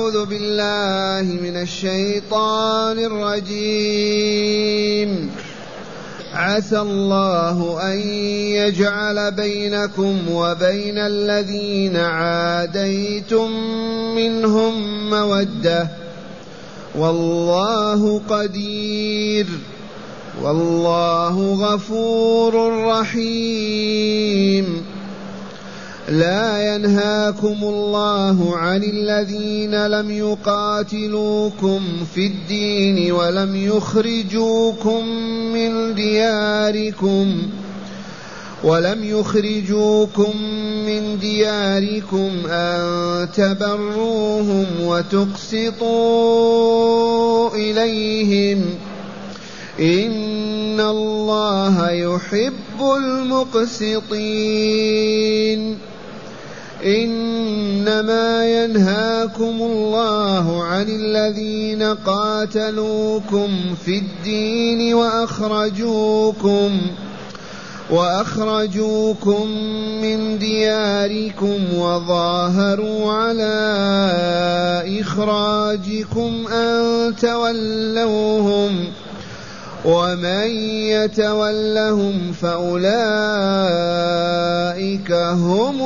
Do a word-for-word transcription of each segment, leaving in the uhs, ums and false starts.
أعوذ بالله من الشيطان الرجيم. عسى الله أن يجعل بينكم وبين الذين عاديتم منهم مودة والله قدير والله غفور رحيم. لا ينهاكم الله عن الذين لم يقاتلوكم في الدين ولم يخرجوكم من دياركم ولم يخرجوكم من دياركم أن تبروهم وتقسطوا إليهم إن الله يحب المقسطين. إنما ينهاكم الله عن الذين قاتلوكم في الدين وأخرجوكم وأخرجوكم من دياركم وظاهروا على إخراجكم أن تولوهم ومن يتولهم فأولئك هم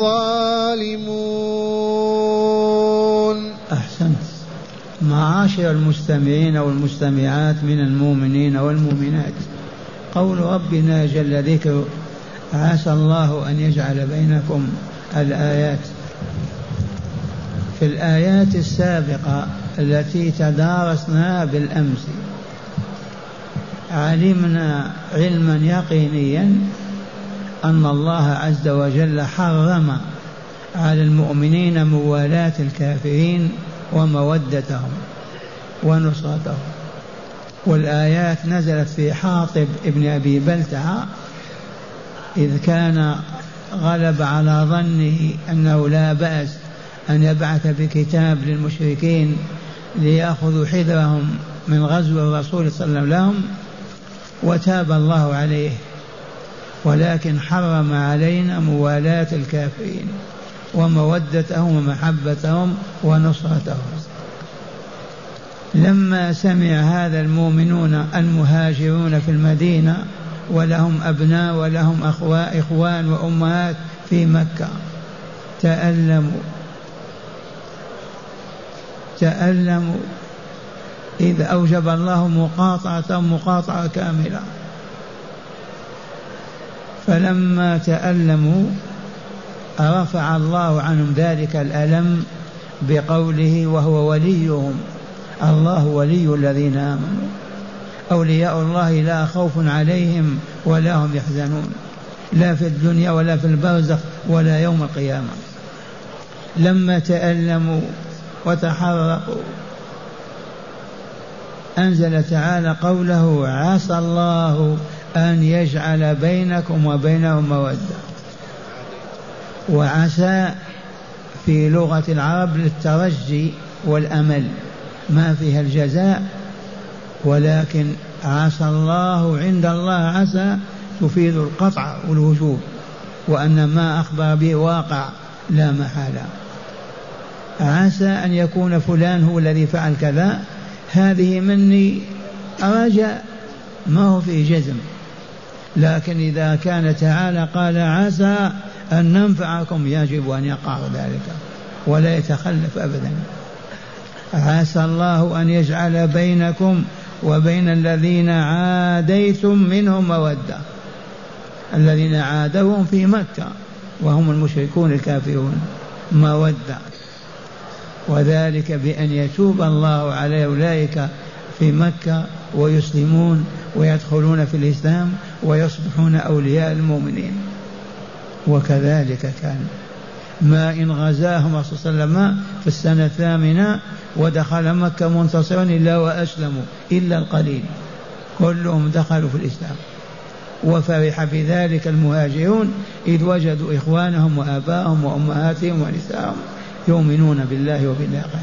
الظالمون. أحسنت. معاشر المستمعين والمستمعات من المؤمنين والمؤمنات، قول ربنا جل ذكره عسى الله أن يجعل بينكم الآيات. في الآيات السابقة التي تدارسناها بالأمس علمنا علما يقينيا أن الله عز وجل حرم على المؤمنين موالاة الكافرين ومودتهم ونصرتهم، والآيات نزلت في حاطب ابن أبي بلتعة إذ كان غلب على ظنه أنه لا بأس أن يبعث بكتاب للمشركين ليأخذوا حذرهم من غزو الرسول صلى الله عليه وسلم لهم، وتاب الله عليه، ولكن حرم علينا موالاة الكافرين ومودتهم ومحبتهم ونصرتهم. لما سمع هذا المؤمنون المهاجرون في المدينة ولهم أبناء ولهم إخوان وأمهات في مكة تألموا تألموا إذ أوجب الله مقاطعتهم مقاطعة كاملة. فلما تألموا رفع الله عنهم ذلك الألم بقوله وهو وليهم. الله ولي الذين آمنوا، أولياء الله لا خوف عليهم ولا هم يحزنون، لا في الدنيا ولا في البرزخ ولا يوم القيامة. لما تألموا وتحرقوا أنزل تعالى قوله عسى الله أن يجعل بينكم وبينهم مودة. وعسى في لغة العرب للترجي والأمل، ما فيها الجزاء، ولكن عسى الله عند الله عسى تفيد القطع والوجوب، وأن ما أخبر به واقع لا محالة. عسى أن يكون فلان هو الذي فعل كذا، هذه مني رجاء ما هو في جزم، لكن إذا كان تعالى قال عسى أن ننفعكم يجب أن يقع ذلك ولا يتخلف أبدا. عسى الله أن يجعل بينكم وبين الذين عاديتم منهم مودة، الذين عادوهم في مكة وهم المشركون الكافرون مودة، وذلك بأن يتوب الله على أولئك في مكة ويسلمون ويدخلون في الإسلام ويصبحون أولياء المؤمنين. وكذلك كان، ما إن غزاهم الرسول صلى الله عليه وسلم في السنة الثامنة ودخل مكة منتصرا إلا وأسلموا إلا القليل، كلهم دخلوا في الإسلام. وفرح بذلك المهاجرون إذ وجدوا إخوانهم وآباءهم وأمهاتهم ونساءهم يؤمنون بالله وبالآخرة.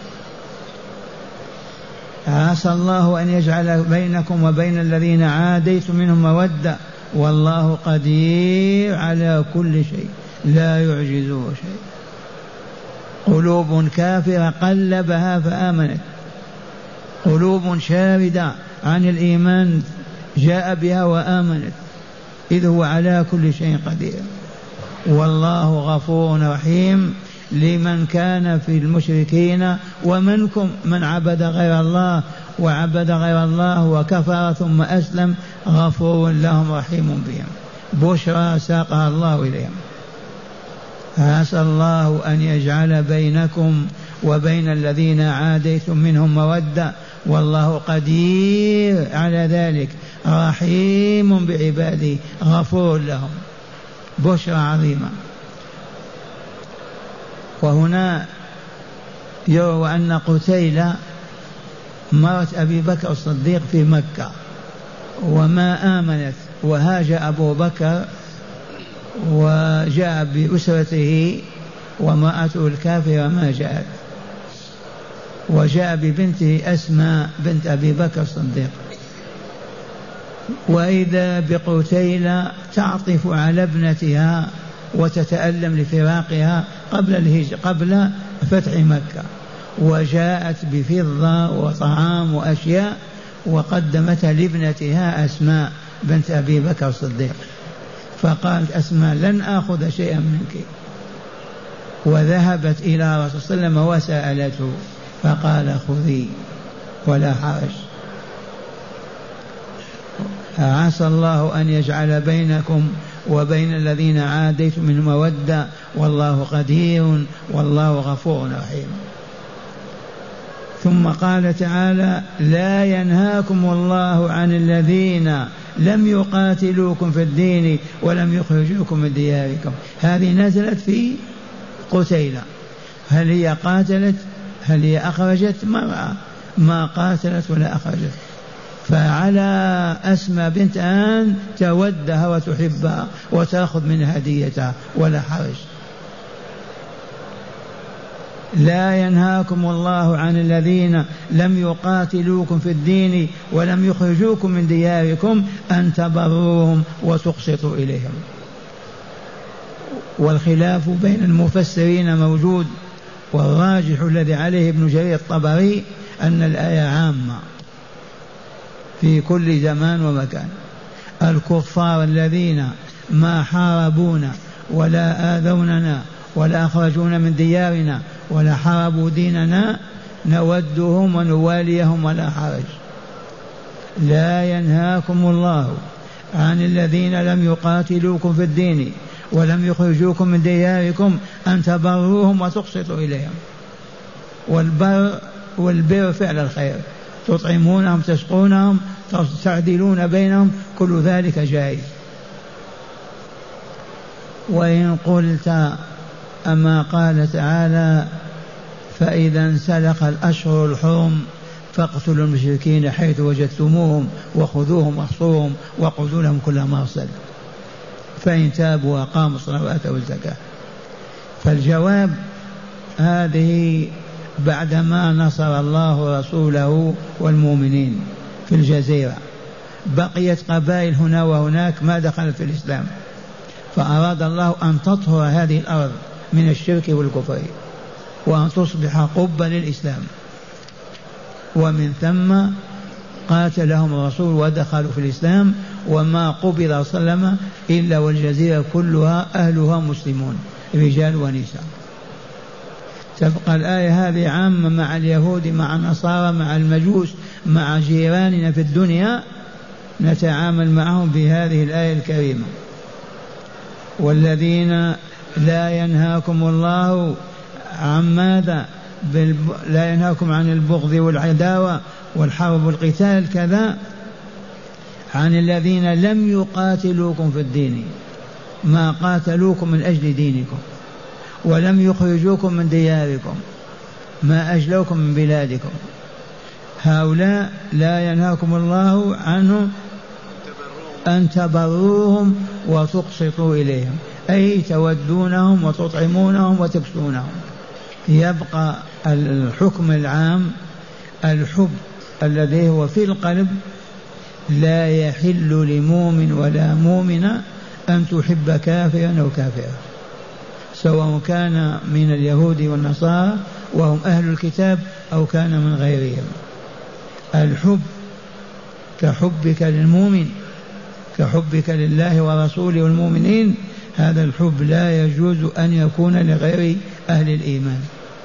عسى الله أن يجعل بينكم وبين الذين عاديتم منهم مودة والله قدير على كل شيء لا يعجزه شيء. قلوب كافرة قلبها فآمنت، قلوب شاردة عن الإيمان جاء بها وآمنت، إذ هو على كل شيء قدير. والله غفور رحيم لمن كان في المشركين ومنكم من عبد غير الله وعبد غير الله وكفر ثم أسلم، غفور لهم رحيم بهم. بشرى ساقها الله إليهم. عسى الله أن يجعل بينكم وبين الذين عاديتم منهم مودة، والله قدير على ذلك، رحيم بعباده غفور لهم. بشرى عظيمة. وهنا يروى أن قتيلة مرت أبي بكر الصديق في مكة وما آمنت، وهاج أبو بكر وجاء بأسرته وامرأته الكافرة ما جاءت، وجاء ببنته أسماء بنت أبي بكر الصديق، وإذا بقتيلة تعطف على ابنتها وتتألم لفراقها قبل الهجرة قبل فتح مكة، وجاءت بفضة وطعام وأشياء وقدمتها لابنتها أسماء بنت أبي بكر الصديق، فقالت أسماء لن آخذ شيئا منك، وذهبت إلى رسول صلى الله عليه وسلم وسألته فقال خذي ولا حرج. عسى الله أن يجعل بينكم وبين الذين عاديتم من مودة، والله قدير والله غفور رحيم. ثم قال تعالى: لا ينهاكم الله عن الذين لم يقاتلوكم في الدين ولم يخرجوكم من دياركم. هذه نزلت في قتيلة. هل هي قاتلت؟ هل هي أخرجت؟ ما, ما قاتلت ولا أخرجت. فعلى أسماء بنت آن تودها وتحبها وتأخذ من هديتها ولا حرج. لا ينهاكم الله عن الذين لم يقاتلوكم في الدين ولم يخرجوكم من دياركم أن تبروهم وتقسطوا إليهم. والخلاف بين المفسرين موجود، والراجح الذي عليه ابن جرير الطبري أن الآية عامة في كل زمان ومكان. الكفار الذين ما حاربونا ولا آذوننا ولا أخرجونا من ديارنا ولا حاربوا ديننا نودهم ونواليهم ولا حرج. لا ينهاكم الله عن الذين لم يقاتلوكم في الدين ولم يخرجوكم من دياركم أن تبروهم وتقسطوا إليهم. والبر والبر فعل الخير، تطعمونهم تسقونهم تعدلون بينهم، كل ذلك جائز. وإن قلت أما قال تعالى: فإذا انسلخ الأشهر الحرم فاقتلوا المشركين حيث وجدتموهم وخذوهم واحصروهم وقعدوا لهم كل مرصد فإن تابوا وأقاموا الصلاة وآتوا الزكاة. فالجواب: هذه بعدما نصر الله رسوله والمؤمنين في الجزيرة، بقيت قبائل هنا وهناك ما دخلت في الإسلام، فأراد الله أن تطهر هذه الأرض من الشرك والكفر وأن تصبح قبة للإسلام، ومن ثم قاتلهم الرسول ودخلوا في الإسلام، وما قبل صلى الله عليه وسلم إلا والجزيرة كلها أهلها مسلمون رجال ونساء. تبقى الآية هذه عامة مع اليهود مع النصارى مع المجوس مع جيراننا في الدنيا، نتعامل معهم بهذه الآية الكريمة. والذين لا ينهاكم الله عن ماذا؟ لا ينهاكم عن البغض والعداوة والحرب والقتال كذا، عن الذين لم يقاتلوكم في الدين، ما قاتلوكم من أجل دينكم، ولم يخرجوكم من دياركم، ما أجلوكم من بلادكم. هؤلاء لا ينهاكم الله عنهم أن تبروهم وتقسطوا إليهم، أي تودونهم وتطعمونهم وتكسونهم. يبقى الحكم العام الحب الذي هو في القلب. لا يحل لمؤمن ولا مؤمنة أن تحب كافرا أو كافرة سواء كان من اليهود والنصارى وهم أهل الكتاب أو كان من غيرهم. الحب كحبك للمؤمن كحبك لله ورسوله والمؤمنين، هذا الحب لا يجوز أن يكون لغير أهل الإيمان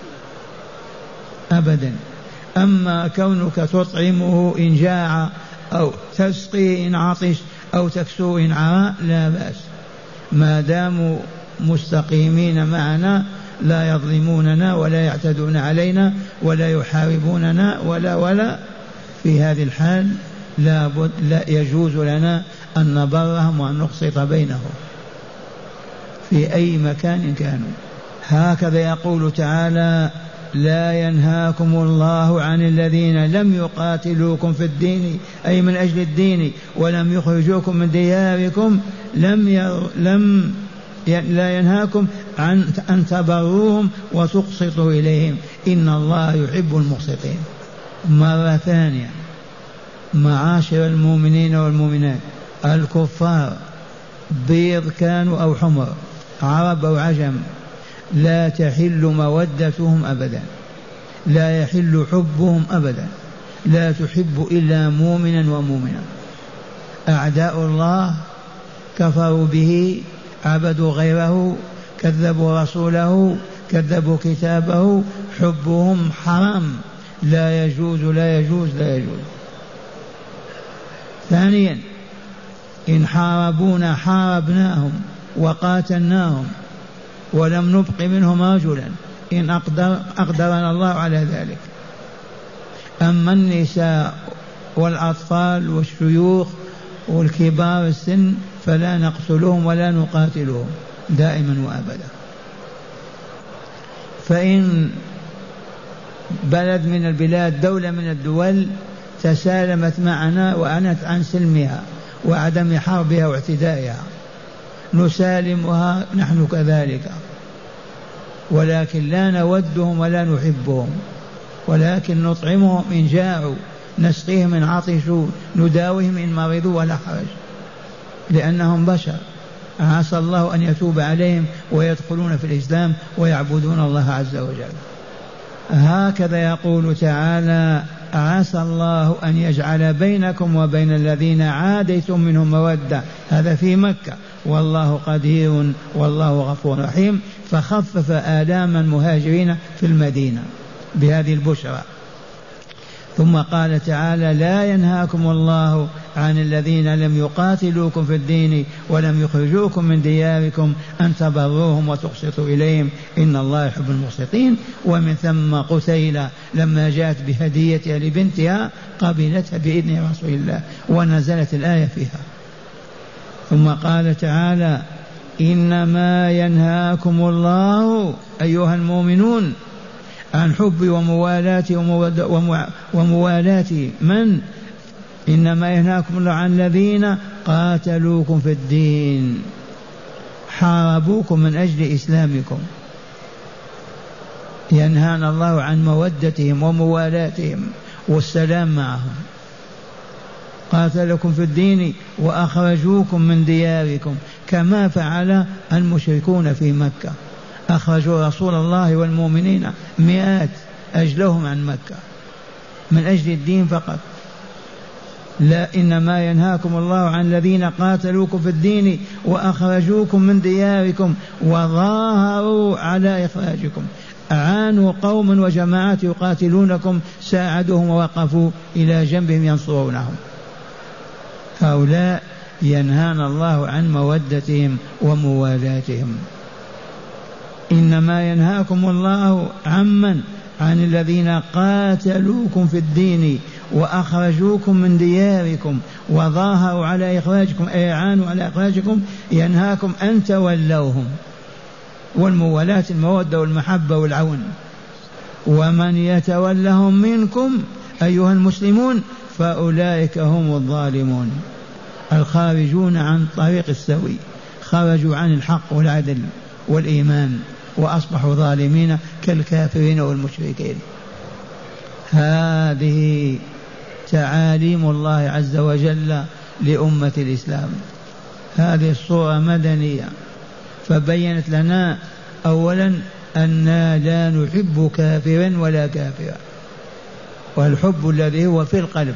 أبدا. أما كونك تطعمه إن جاع أو تسقيه إن عطش أو تكسوه إن عرى لا بأس، ما داموا مستقيمين معنا لا يظلموننا ولا يعتدون علينا ولا يحاربوننا ولا ولا في هذه الحال لا, بد لا يجوز لنا أن نبرهم وأن نقسط بينهم في أي مكان كانوا. هكذا يقول تعالى: لا ينهاكم الله عن الذين لم يقاتلوكم في الدين أي من أجل الدين ولم يخرجوكم من دياركم لم ير لم لا ينهاكم عن أن تبروهم وتقسطوا إليهم إن الله يحب المقسطين. مرة ثانية، معاشر المؤمنين والمؤمنات، الكفار بيض كانوا أو حمر، عرب أو عجم، لا تحل مودتهم أبدا، لا يحل حبهم أبدا، لا تحب إلا مؤمنا ومؤمنا. أعداء الله كفروا به، عبدوا غيره، كذبوا رسوله، كذبوا كتابه، حبهم حرام، لا يجوز لا يجوز لا يجوز. ثانيا، إن حاربونا حاربناهم وقاتلناهم ولم نبق منهم رجلا إن أقدر أقدرنا الله على ذلك. أما النساء والأطفال والشيوخ والكبار السن فلا نقتلهم ولا نقاتلهم دائما وأبدا. فإن بلد من البلاد، دولة من الدول تسالمت معنا وأنت عن سلمها وعدم حربها واعتدائها نسالمها نحن كذلك، ولكن لا نودهم ولا نحبهم، ولكن نطعمهم إن جاعوا، نسقيهم إن عطشوا، نداويهم إن مرضوا ولا حرج، لأنهم بشر، عسى الله أن يتوب عليهم ويدخلون في الإسلام ويعبدون الله عز وجل. هكذا يقول تعالى: عسى الله أن يجعل بينكم وبين الذين عاديتم منهم مودة، هذا في مكة، والله قدير والله غفور رحيم. فخفف آلام المهاجرين في المدينة بهذه البشرى. ثم قال تعالى: لا ينهاكم الله عن الذين لم يقاتلوكم في الدين ولم يخرجوكم من دياركم أن تبروهم وتقسطوا إليهم إن الله يحب المقسطين. ومن ثم قتيلة لما جاءت بهديتها لبنتها قبلتها بإذن رسول الله ونزلت الآية فيها. ثم قال تعالى: إنما ينهاكم الله أيها المؤمنون عن حب وموالاة وموالاة من؟ إنما ينهاكم الله عن الذين قاتلوكم في الدين، حاربوكم من أجل إسلامكم. ينهانا الله عن مودتهم وموالاتهم والسلام معهم. قاتلكم في الدين وأخرجوكم من دياركم كما فعل المشركون في مكة، أخرجوا رسول الله والمؤمنين مئات أجلهم عن مكة من أجل الدين فقط. لا، إنما ينهاكم الله عن الذين قاتلوكم في الدين وأخرجوكم من دياركم وظاهروا على إخراجكم، أعانوا قوما وجماعات يقاتلونكم، ساعدوهم ووقفوا إلى جنبهم ينصرونهم. هؤلاء ينهانا الله عن مودتهم وموالاتهم. إنما ينهاكم الله عمن؟ عن الذين قاتلوكم في الدين وأخرجوكم من دياركم وظاهروا على إخراجكم أي أعانوا على إخراجكم. ينهاكم أن تولوهم، والموالاة المودة والمحبة والعون. ومن يتولهم منكم أيها المسلمون فأولئك هم الظالمون، الخارجون عن طريق السوي، خرجوا عن الحق والعدل والإيمان وأصبحوا ظالمين كالكافرين والمشركين. هذه تعاليم الله عز وجل لأمة الإسلام. هذه الصورة مدنية، فبينت لنا أولا أننا لا نحب كافرا ولا كافرا، والحب الذي هو في القلب،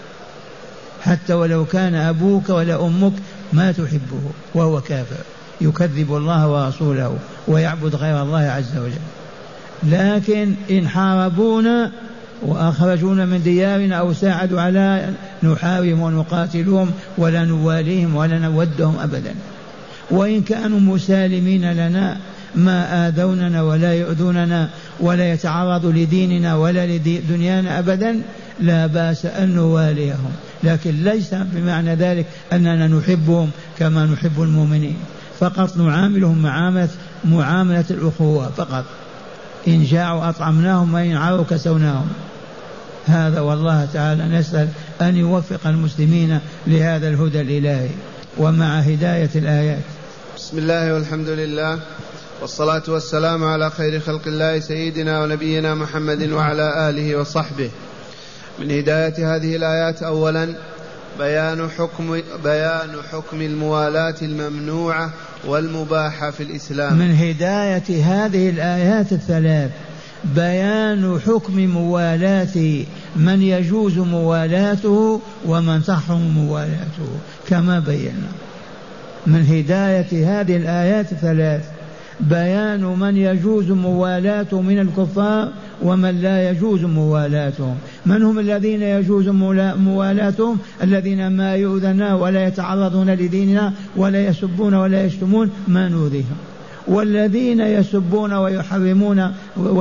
حتى ولو كان أبوك ولا أمك ما تحبه وهو كافر يكذب الله ورسوله ويعبد غير الله عز وجل. لكن إن حاربونا وأخرجونا من ديارنا أو ساعدوا على نحاربهم ونقاتلهم ولا نواليهم ولا نودهم أبدا. وإن كانوا مسالمين لنا ما آذوننا ولا يؤذوننا ولا يتعرضوا لديننا ولا لدنيانا أبدا لا بأس أن نواليهم، لكن ليس بمعنى ذلك أننا نحبهم كما نحب المؤمنين، فقط نعاملهم معاملة معاملة الأخوة فقط، إن جاعوا أطعمناهم وإن عاروا كسوناهم. هذا والله تعالى نسأل أن يوفق المسلمين لهذا الهدى الإلهي ومع هداية الآيات. بسم الله والحمد لله والصلاة والسلام على خير خلق الله سيدنا ونبينا محمد وعلى آله وصحبه. من هداية هذه الآيات أولا بيان حكم, بيان حكم الموالاة الممنوعة والمباحة في الإسلام. من هداية هذه الآيات الثلاث بيان حكم موالاة من يجوز موالاته ومن تحرم موالاته كما بينا. من هداية هذه الآيات الثلاث بيان من يجوز موالاته من الكفار ومن لا يجوز موالاتهم. من هم الذين يجوز موالاتهم؟ الذين ما يؤذنا ولا يتعرضون لديننا ولا يسبون ولا يشتمون ما نؤذيهم. والذين يسبون ويحرمون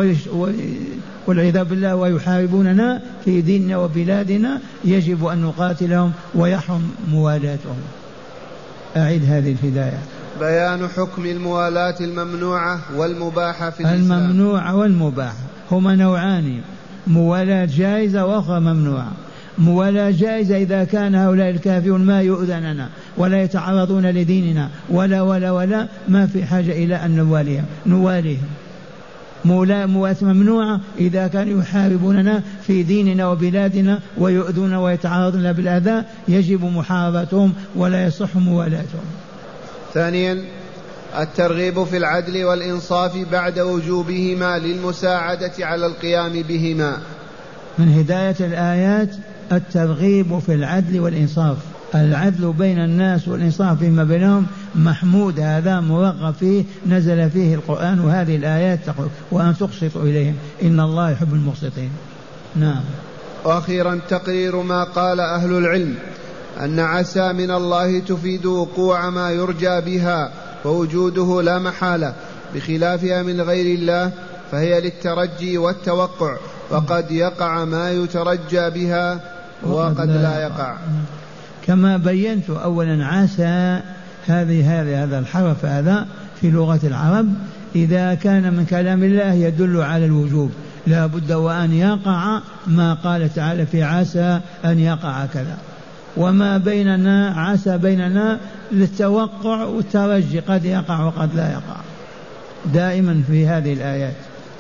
والعياذ بالله ويحاربوننا في ديننا وبلادنا يجب أن نقاتلهم ويحرم موالاتهم. أعيد هذه الهداية. بيان حكم الموالاة الممنوعة والمباحة في الإسلام. الممنوعة والمباحة هما نوعان، موالاة جائزة وأخرى ممنوعة. موالاة جائزة إذا كان هؤلاء الكافرون ما يؤذننا ولا يتعرضون لديننا ولا ولا ولا ما في حاجة إلى أن نواليهم نواليهم. موالاة ممنوعة إذا كانوا يحاربوننا في ديننا وبلادنا ويؤذون ويتعرضون بالأذى يجب محاربتهم ولا يصح موالاتهم. ثانيا الترغيب في العدل والإنصاف بعد وجوبهما للمساعدة على القيام بهما. من هداية الآيات الترغيب في العدل والإنصاف. العدل بين الناس والإنصاف فيما بينهم محمود، هذا مرغب فيه، نزل فيه القرآن، وهذه الآيات تقول وأن تقسطوا إليهم إن الله يحب المقسطين. نعم. وأخيرا تقرير ما قال أهل العلم أن عسى من الله تفيد وقوع ما يرجى بها ووجوده لا محالة، بخلافها من غير الله فهي للترجي والتوقع، وقد يقع ما يترجى بها وقد لا يقع. كما بينت أولا عسى هذه هذه هذا الحرف هذا في لغة العرب إذا كان من كلام الله يدل على الوجوب، لا بد وأن يقع ما قال تعالى في عسى أن يقع كذا. وما بيننا عسى بيننا للتوقع والترجي، قد يقع وقد لا يقع دائما في هذه الآيات.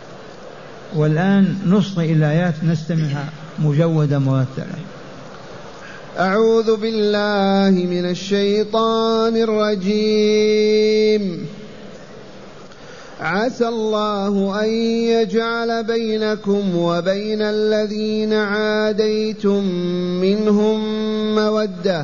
والآن نصغي إلى الآيات نستمعها مجودة مرتلة. أعوذ بالله من الشيطان الرجيم. عسى الله أن يجعل بينكم وبين الذين عاديتم منهم مودة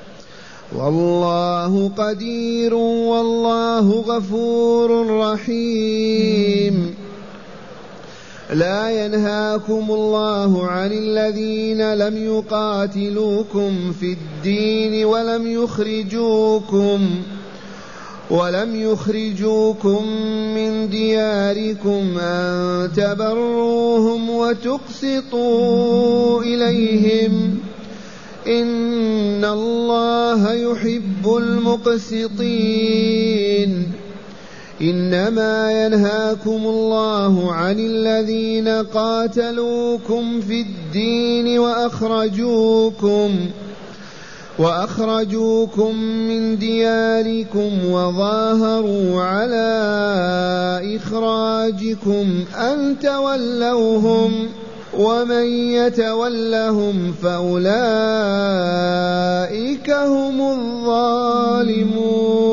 والله قدير والله غفور رحيم. لا ينهاكم الله عن الذين لم يقاتلوكم في الدين ولم يخرجوكم ولم يخرجوكم من دياركم أن تبروهم وتقسطوا إليهم إن الله يحب المقسطين. إنما ينهاكم الله عن الذين قاتلوكم في الدين وأخرجوكم وأخرجوكم من دياركم وظاهروا على إخراجكم أن تولوهم ومن يتولهم فأولئك هم الظالمون.